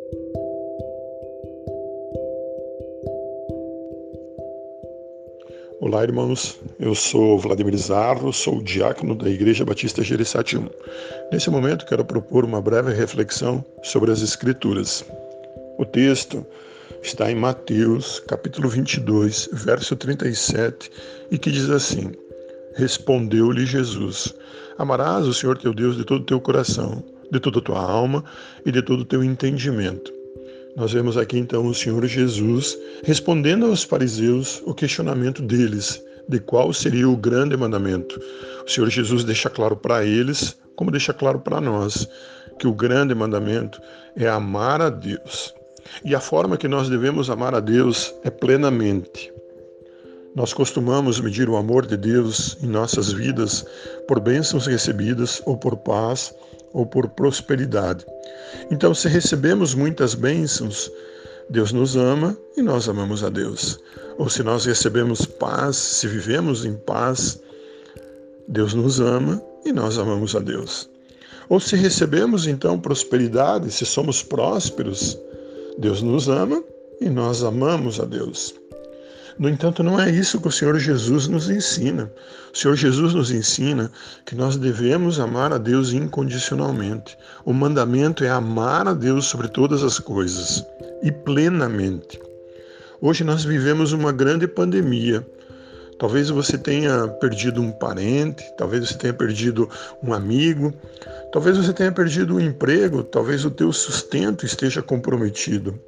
Olá, irmãos. Eu sou Vladimir Zarro, sou o diácono da Igreja Batista Gereçati 1. Nesse momento, quero propor uma breve reflexão sobre as Escrituras. O texto está em Mateus, capítulo 22, verso 37, e que diz assim: Respondeu-lhe Jesus: Amarás o Senhor teu Deus de todo o teu coração, de toda a tua alma e de todo o teu entendimento. Nós vemos aqui então o Senhor Jesus respondendo aos fariseus o questionamento deles, de qual seria o grande mandamento. O Senhor Jesus deixa claro para eles, como deixa claro para nós, que o grande mandamento é amar a Deus. E a forma que nós devemos amar a Deus é plenamente. Nós costumamos medir o amor de Deus em nossas vidas por bênçãos recebidas, ou por paz, ou por prosperidade. Então, se recebemos muitas bênçãos, Deus nos ama e nós amamos a Deus. Ou se nós recebemos paz, se vivemos em paz, Deus nos ama e nós amamos a Deus. Ou se recebemos então prosperidade, se somos prósperos, Deus nos ama e nós amamos a Deus. No entanto, não é isso que o Senhor Jesus nos ensina. O Senhor Jesus nos ensina que nós devemos amar a Deus incondicionalmente. O mandamento é amar a Deus sobre todas as coisas e plenamente. Hoje nós vivemos uma grande pandemia. Talvez você tenha perdido um parente, talvez você tenha perdido um amigo, talvez você tenha perdido um emprego, talvez o teu sustento esteja comprometido.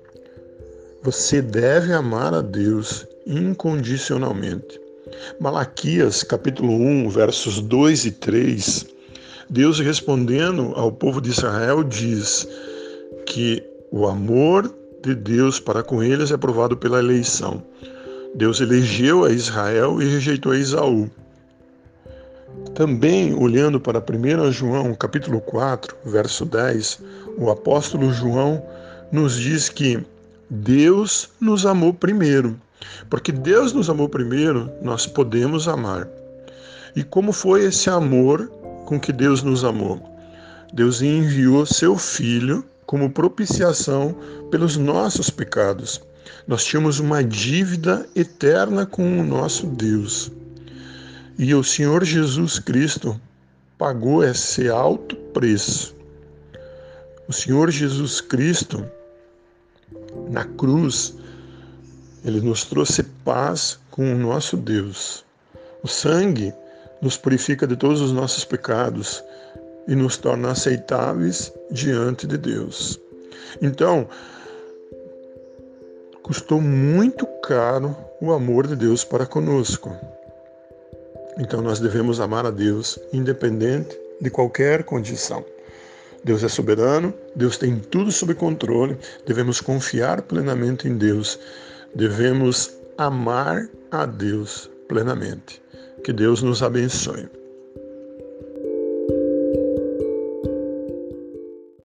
Você deve amar a Deus incondicionalmente. Malaquias, capítulo 1, versos 2 e 3, Deus respondendo ao povo de Israel diz que o amor de Deus para com eles é provado pela eleição. Deus elegeu a Israel e rejeitou a Esaú. Também, olhando para 1 João, capítulo 4, verso 10, o apóstolo João nos diz que Deus nos amou primeiro. Porque Deus nos amou primeiro, nós podemos amar. E como foi esse amor com que Deus nos amou? Deus enviou seu Filho como propiciação pelos nossos pecados. Nós tínhamos uma dívida eterna com o nosso Deus. E o Senhor Jesus Cristo pagou esse alto preço. O Senhor Jesus Cristo, na cruz, Ele nos trouxe paz com o nosso Deus. O sangue nos purifica de todos os nossos pecados e nos torna aceitáveis diante de Deus. Então, custou muito caro o amor de Deus para conosco. Então, nós devemos amar a Deus independente de qualquer condição. Deus é soberano, Deus tem tudo sob controle, devemos confiar plenamente em Deus, devemos amar a Deus plenamente. Que Deus nos abençoe.